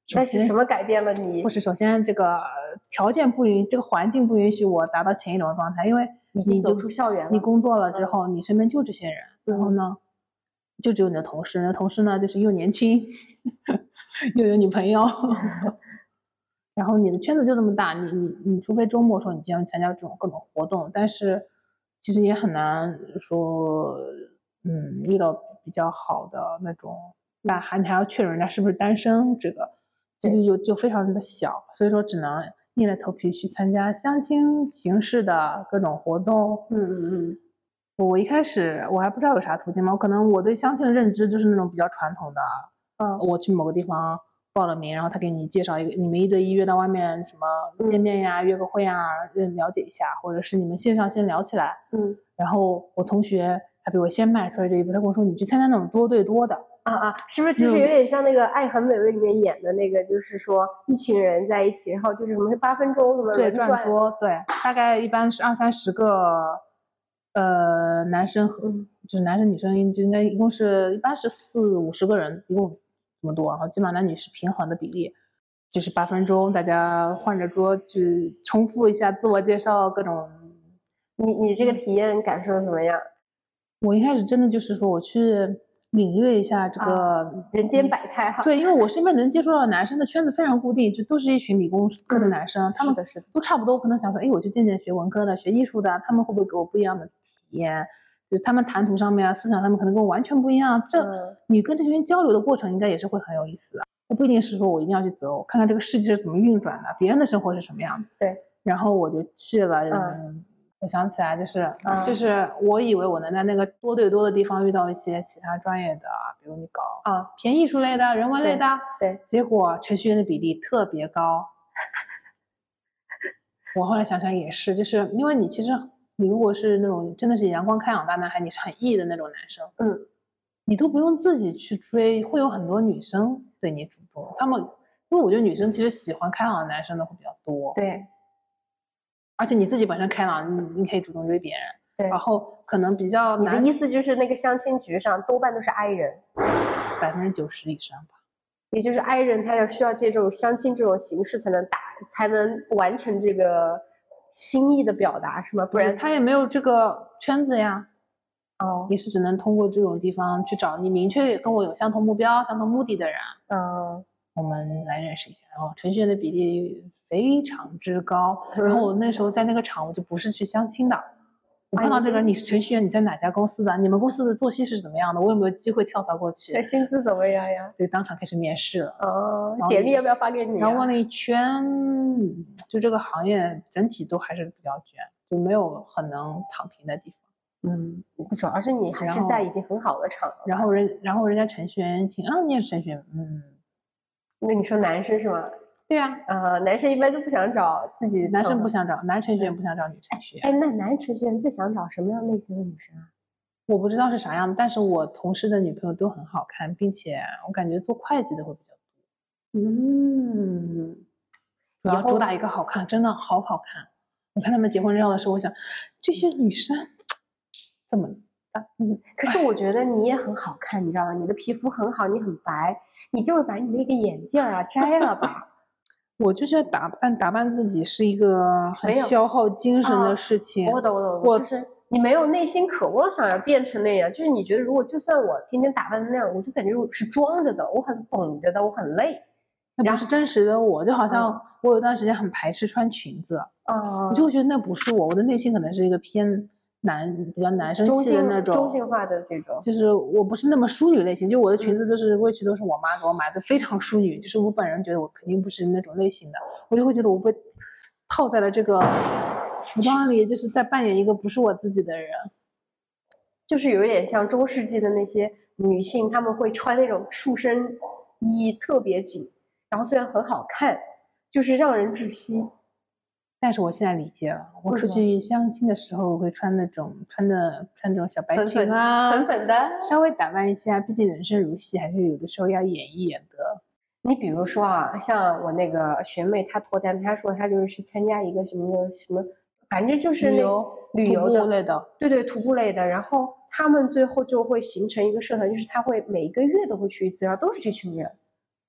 但是什么改变了你？ 不是，首先这个条件不允，这个环境不允许我达到前一种状态，因为你走出校园了， 你工作了之后，你身边就这些人，然后呢，就只有你的同事，你的同事呢就是又年轻又有女朋友，然后你的圈子就这么大，你除非周末说你经常参加这种各种活动，但是其实也很难说，遇到比较好的那种，那你还要确认人家是不是单身，这个几率就非常的小，所以说只能硬着头皮去参加相亲形式的各种活动。我一开始我还不知道有啥途径嘛，可能我对相亲的认知就是那种比较传统的，我去某个地方报了名，然后他给你介绍一个，你们1对1约到外面什么见面呀，约个会啊，了解一下，或者是你们线上先聊起来。然后我同学他比我先迈出来这一步，他跟我说你去参加那种多对多的。 是不是就是有点像那个《爱很美味》里面演的那个，就是说一群人在一起，然后就是什么8分钟什么对转桌，对，大概一般是20-30个男生和就是男生女生就应该一共是一般是40-50个人，一共这么多，然后基本上男女是平衡的比例，就是8分钟，大家换着桌去重复一下自我介绍各种。 你这个体验感受怎么样？ 我一开始真的就是说我去领略一下这个人间百态哈。 对，因为我身边能接触到的男生的圈子非常固定，就都是一群理工科的男生，他们都差不多，可能想说，我去见见学文科的、学艺术的，他们会不会给我不一样的体验？就他们谈吐上面啊、思想上面可能跟我完全不一样，你跟这群人交流的过程应该也是会很有意思的。不一定是说我一定要去走，看看这个世界是怎么运转的，别人的生活是什么样的。 对， 然后我就去了。我想起来就是我以为我能在那个多对多的地方遇到一些其他专业的，比如你搞偏艺术类的、人文类的， 对， 结果程序员的比例特别高。我后来想想也是，就是因为你如果是那种真的是阳光开朗大男孩，你是很 E 的那种男生，你都不用自己去追，会有很多女生对你主动。因为我觉得女生其实喜欢开朗的男生的会比较多。 对。 而且你自己本身开朗，你可以主动追别人。 对， 然后可能比较难。 你的意思就是那个相亲局上多半都是 I 人 ，90%以上吧。 也就是 I 人他需要借这种相亲这种形式才能完成这个心意的表达，是吗？不然他也没有这个圈子呀。也是只能通过这种地方去找你明确跟我有相同目标、相同目的的人。我们来认识一下。然后程序员的比例非常之高，然后我那时候在那个场，我就不是去相亲的。我看到这个人，你是程序员，你在哪家公司的？你们公司的作息是怎么样的？我有没有机会跳槽过去？ 薪资怎么样呀？ 对，当场开始面试了。 简历要不要发给你？ 然后问了一圈，就这个行业整体都还是比较卷，就没有很能躺平的地方。 主要是你还是在已经很好的场了。 然后人家程序员听，你也是程序员， 那你说男生是吗？ 对呀， 男生一般都不想找自己， 男生不想找，男程序员不想找女程序员。 那男程序员最想找什么样类型的女生啊？ 我不知道是啥样的，但是我同事的女朋友都很好看，并且我感觉做会计的会比较多。主要主打一个好看，真的好好看。我看他们结婚照的时候，我想这些女生怎么可是我觉得你也很好看，你知道吗？你的皮肤很好，你很白，你就是把你那个眼镜摘了吧。 我就觉得打扮自己是一个很消耗精神的事情。 我懂，就是你没有内心渴望想要变成那样，就是你觉得如果就算我天天打扮的那样，我就感觉是装着的，我很绷着的，我很累。 那不是真实的我，就好像我有段时间很排斥穿裙子，我就会觉得那不是我的内心可能是一个偏比较男生气的那种中性化的这种， 就是我不是那么淑女类型，就我的裙子就是过去都是我妈给我买的，非常淑女，就是我本人觉得我肯定不是那种类型的，我就会觉得我被套在了这个服装里，就是在扮演一个不是我自己的人， 就是有一点像中世纪的那些女性，她们会穿那种束身衣特别紧，然后虽然很好看，就是让人窒息。 但是我现在理解了，我出去相亲的时候，我会穿这种小白裙粉粉的， 稍微打扮一下，毕竟人生如戏，还是有的时候要演一演的。 你比如说像我那个学妹，她脱单，她说她就是去参加一个什么，反正就是旅游徒步类的， 对，徒步类的。然后他们最后就会形成一个社团，就是他会每一个月都会去一次，然后都是这群人。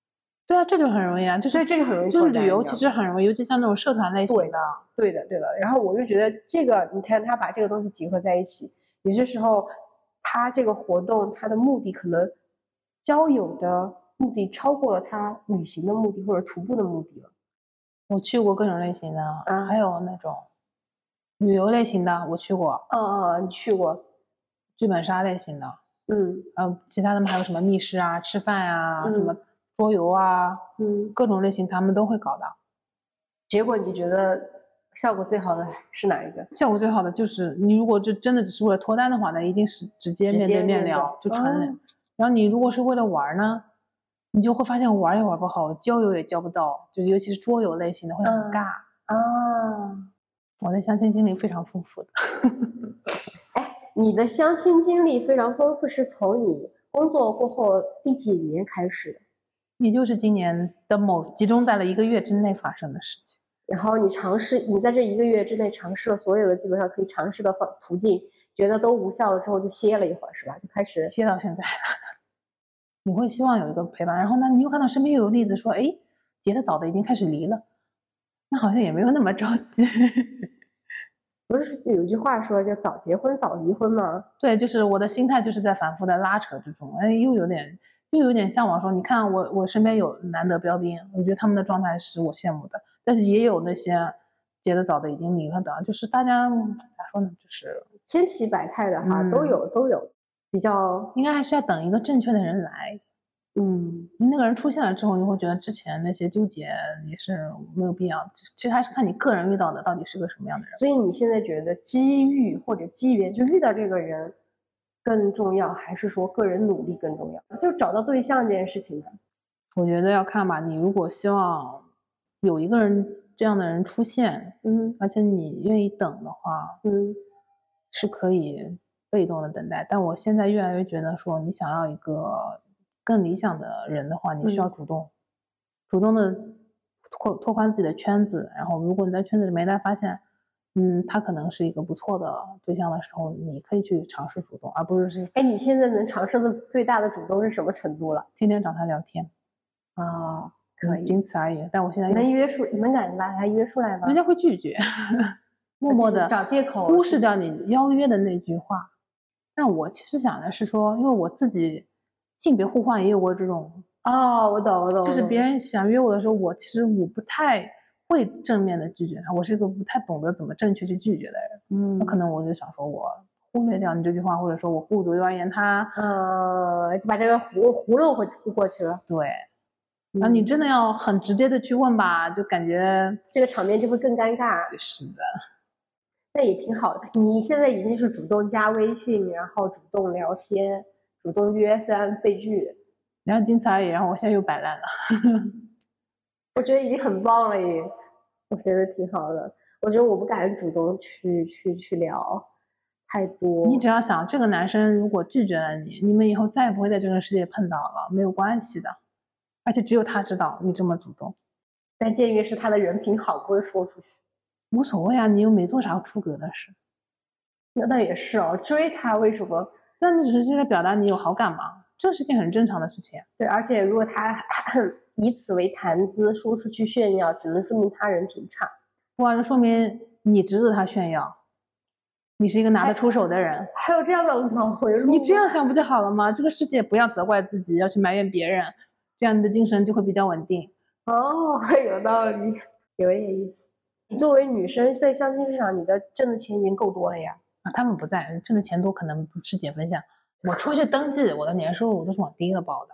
对啊，这就很容易啊，就是这个很容易， 就是旅游其实很容易，尤其像那种社团类型的。 对的。然后我就觉得这个，你看他把这个东西集合在一起，有些时候他这个活动他的目的可能交友的目的超过了他旅行的目的或者徒步的目的了。 我去过各种类型的，还有那种旅游类型的，我去过。 你去过？ 剧本杀类型的，其他的还有什么密室啊、吃饭啊、什么桌游啊，各种类型他们都会搞的。 结果你觉得效果最好的是哪一个？ 效果最好的就是你如果这真的只是为了脱单的话，那一定是直接面对面聊，就纯聊。然后你如果是为了玩呢，你就会发现玩也玩不好，交友也交不到，就尤其是桌游类型的会很尬。我的相亲经历非常丰富的。 你的相亲经历非常丰富，是从你工作过后第几年开始的？ 也就是今年的集中在了1个月之内发生的事情。 然后你在这1个月之内尝试了所有的基本上可以尝试的途径，觉得都无效了之后就歇了一会儿，是吧？就开始歇到现在了。你会希望有一个陪伴，然后呢，你又看到身边有例子说，哎，结得早的已经开始离了，那好像也没有那么着急。 不是有句话说叫早结婚早离婚吗？ 对，就是我的心态就是在反复的拉扯之中，又有点向往说，你看我身边有难得标兵，我觉得他们的状态是我羡慕的，但是也有那些结得早的已经离了的，就是大家咋说呢，就是千奇百态的哈，都有，比较应该还是要等一个正确的人来。那个人出现了之后，你会觉得之前那些纠结也是没有必要。其实还是看你个人遇到的到底是个什么样的人。 所以你现在觉得机遇或者机缘，就遇到这个人更重要，还是说个人努力更重要？就找到对象这件事情呢？ 我觉得要看吧。你如果希望有一个人这样的人出现，而且你愿意等的话，是可以被动的等待。但我现在越来越觉得说，你想要一个更理想的人的话，你需要主动的拓宽自己的圈子。然后如果你在圈子里面发现他可能是一个不错的对象的时候，你可以去尝试主动，而不是你现在能尝试的最大的主动是什么程度了？ 天天找他聊天可以， 仅此而已。但我现在能敢把他约出来吗？ 人家会拒绝，默默的找借口忽视掉你邀约的那句话。但我其实想的是说，因为我自己性别互换也有过这种我懂， 就是别人想约我的时候，我不太会正面的拒绝他，我是一个不太懂得怎么正确去拒绝的人。那可能我就想说，我忽略掉你这句话，或者说我顾左右而言他， 就把这个糊弄过去了。 对，然后你真的要很直接的去问吧，就感觉这个场面就会更尴尬。 是的， 那也挺好的。你现在已经是主动加微信，然后主动聊天，主动约，虽然被拒， 然后仅此而已。然后我现在又摆烂了。 我觉得已经很棒了耶，我觉得挺好的。我觉得我不敢主动去聊太多。 你只要想，这个男生如果拒绝了你，你们以后再也不会在这个世界碰到了，没有关系的。而且只有他知道你这么主动。 但鉴于是他的人品好，不会说出去。 无所谓啊，你又没做啥出格的事。 那倒也是哦，追他为什么？ 那你只是在表达你有好感嘛，这是件很正常的事情。 对，而且如果他以此为谈资说出去炫耀，只能说明他人品差， 不然说明你值得他炫耀，你是一个拿得出手的人。 还有这样的脑回路？ 你这样想不就好了吗？这个世界不要责怪自己，要去埋怨别人，这样你的精神就会比较稳定。 有道理，有点意思。你作为女生在相亲市场，你的挣的钱已经够多了呀。 他们不在，挣的钱多可能不是减分项。我出去登记，我的年收入都是往低了报的。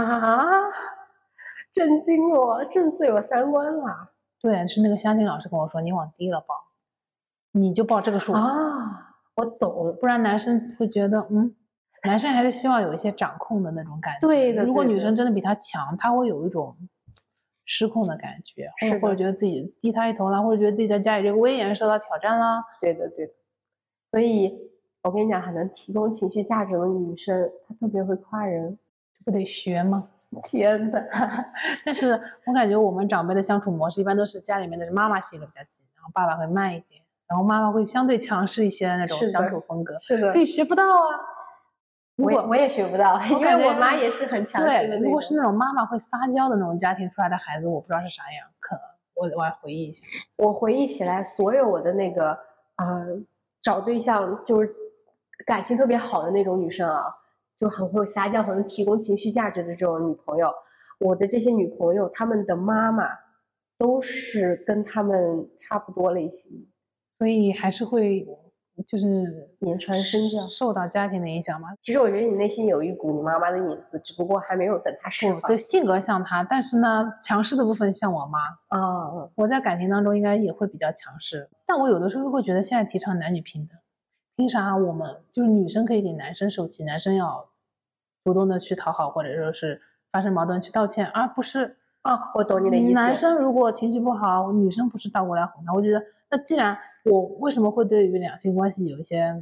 震惊我，震碎我三观了。 对，是那个相亲老师跟我说，你往低了报，你就报这个数我懂， 不然男生会觉得男生还是希望有一些掌控的那种感觉。 对的， 如果女生真的比他强，他会有一种失控的感觉，或者觉得自己低他一头啦，或者觉得自己在家里这个威严受到挑战啦。 对的。所以我跟你讲，还能提供情绪价值的女生，她特别会夸人， 这不得学吗？ 天哪！ 但是我感觉我们长辈的相处模式一般都是家里面的妈妈性格比较急，然后爸爸会慢一点，然后妈妈会相对强势一些的那种相处风格， 是的， 所以学不到啊。 我也学不到，因为我妈也是很强势的那种。 对，如果是那种妈妈会撒娇的那种家庭出来的孩子，我不知道是啥样。可能我要回忆一下。 我回忆起来，所有我的那个找对象就是感情特别好的那种女生啊，就很会撒娇，很会提供情绪价值的这种女朋友。我的这些女朋友，她们的妈妈都是跟她们差不多类型， 所以还是会就是言传身教， 受到家庭的影响嘛。 其实我觉得你内心有一股你妈妈的影子，只不过还没有等她释放。 对，性格像她，但是呢，强势的部分像我妈。我在感情当中应该也会比较强势，但我有的时候会觉得现在提倡男女平等，凭啥我们就是女生可以给男生受气，男生要主动的去讨好，或者说是发生矛盾去道歉，而不是我懂你的意思。 男生如果情绪不好，女生不是倒过来哄他。我觉得那既然我为什么会对于两性关系有一些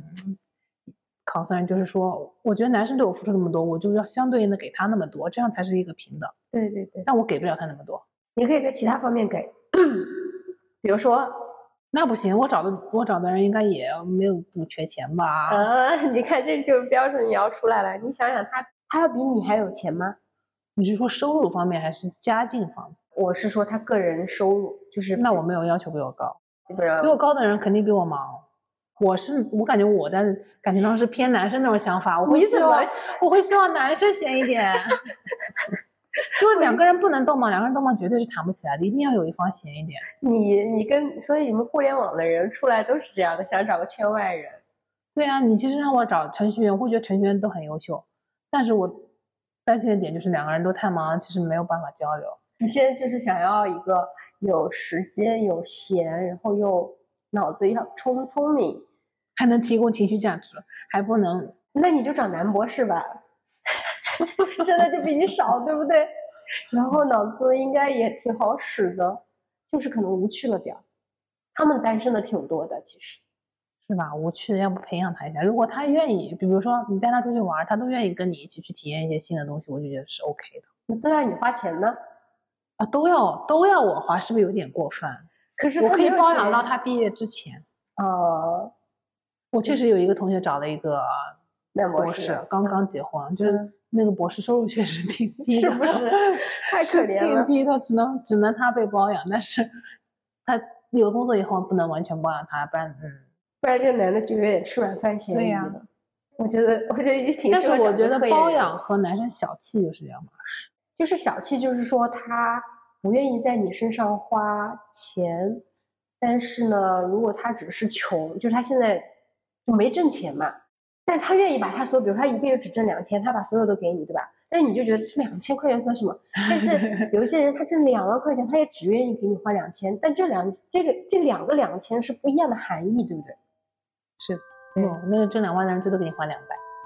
concern，就是说我觉得男生对我付出那么多，我就要相对应的给他那么多，这样才是一个平等。 对对对， 但我给不了他那么多。 你可以在其他方面给，比如说， 那不行，我找的人应该也没有不缺钱吧？ 你看这就是标准也要出来了。你想想他要比你还有钱吗？ 你是说收入方面还是家境方面？ 我是说他个人收入，就是那我没有要求比我高， 基本上比我高的人肯定比我忙。我感觉我在感情上是偏男生那种想法，我会希望男生闲一点。因为两个人不能斗忙，两个人斗忙绝对是谈不起来的，一定要有一方闲一点。 所以你们互联网的人出来都是这样的，想找个圈外人。 对啊，你其实让我找程序员，我会觉得程序员都很优秀，但是我担心的点就是两个人都太忙，其实没有办法交流。 你现在就是想要一个有时间、有闲，然后又脑子要聪明， 还能提供情绪价值，还不能， 那你就找男博士吧。真的就比你少，对不对？然后脑子应该也挺好使的，就是可能无趣了点儿。他们单身的挺多的，其实是吧？无趣的，要不培养他一下。如果他愿意，比如说你带他出去玩，他都愿意跟你一起去体验一些新的东西，我就觉得是 OK 的。 那都要你花钱呢？ 都要我花，是不是有点过分？ 可是我可以包养到他毕业之前。我确实有一个同学找了一个男博士， 刚刚结婚，就是那个博士收入确实挺低的， 是不是？太可怜了， 挺低的，只能他被包养，但是他有了工作以后不能完全包养他，不然这个男的就有点吃软饭嫌疑了。对呀，我觉得也挺。 但是我觉得包养和男生小气就是两码事。 就是小气，就是说他不愿意在你身上花钱，但是呢，如果他只是穷，就是他现在就没挣钱嘛，但他愿意把他所有，比如他一个月只挣2000，他把所有都给你，对吧？但是你就觉得这2000块钱算什么？但是有一些人他挣2万块钱，他也只愿意给你花2000，但这两个2000是不一样的含义，对不对？ 是，那个挣2万的人最多给你花200。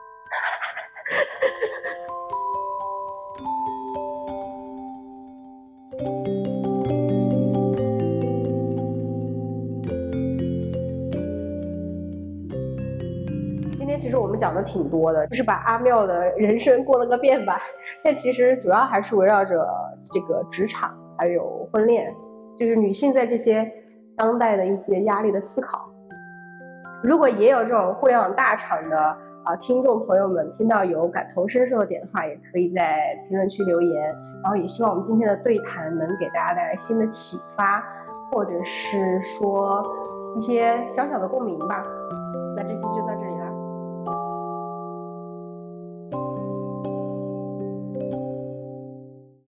其实我们讲的挺多的，就是把阿妙的人生过了个遍吧。但其实主要还是围绕着这个职场还有婚恋，就是女性在这些当代的一些压力的思考。如果也有这种互联网大厂的听众朋友们听到有感同身受的点的话，也可以在评论区留言。然后也希望我们今天的对谈能给大家带来新的启发，或者是说一些小小的共鸣吧。那这期就到这里。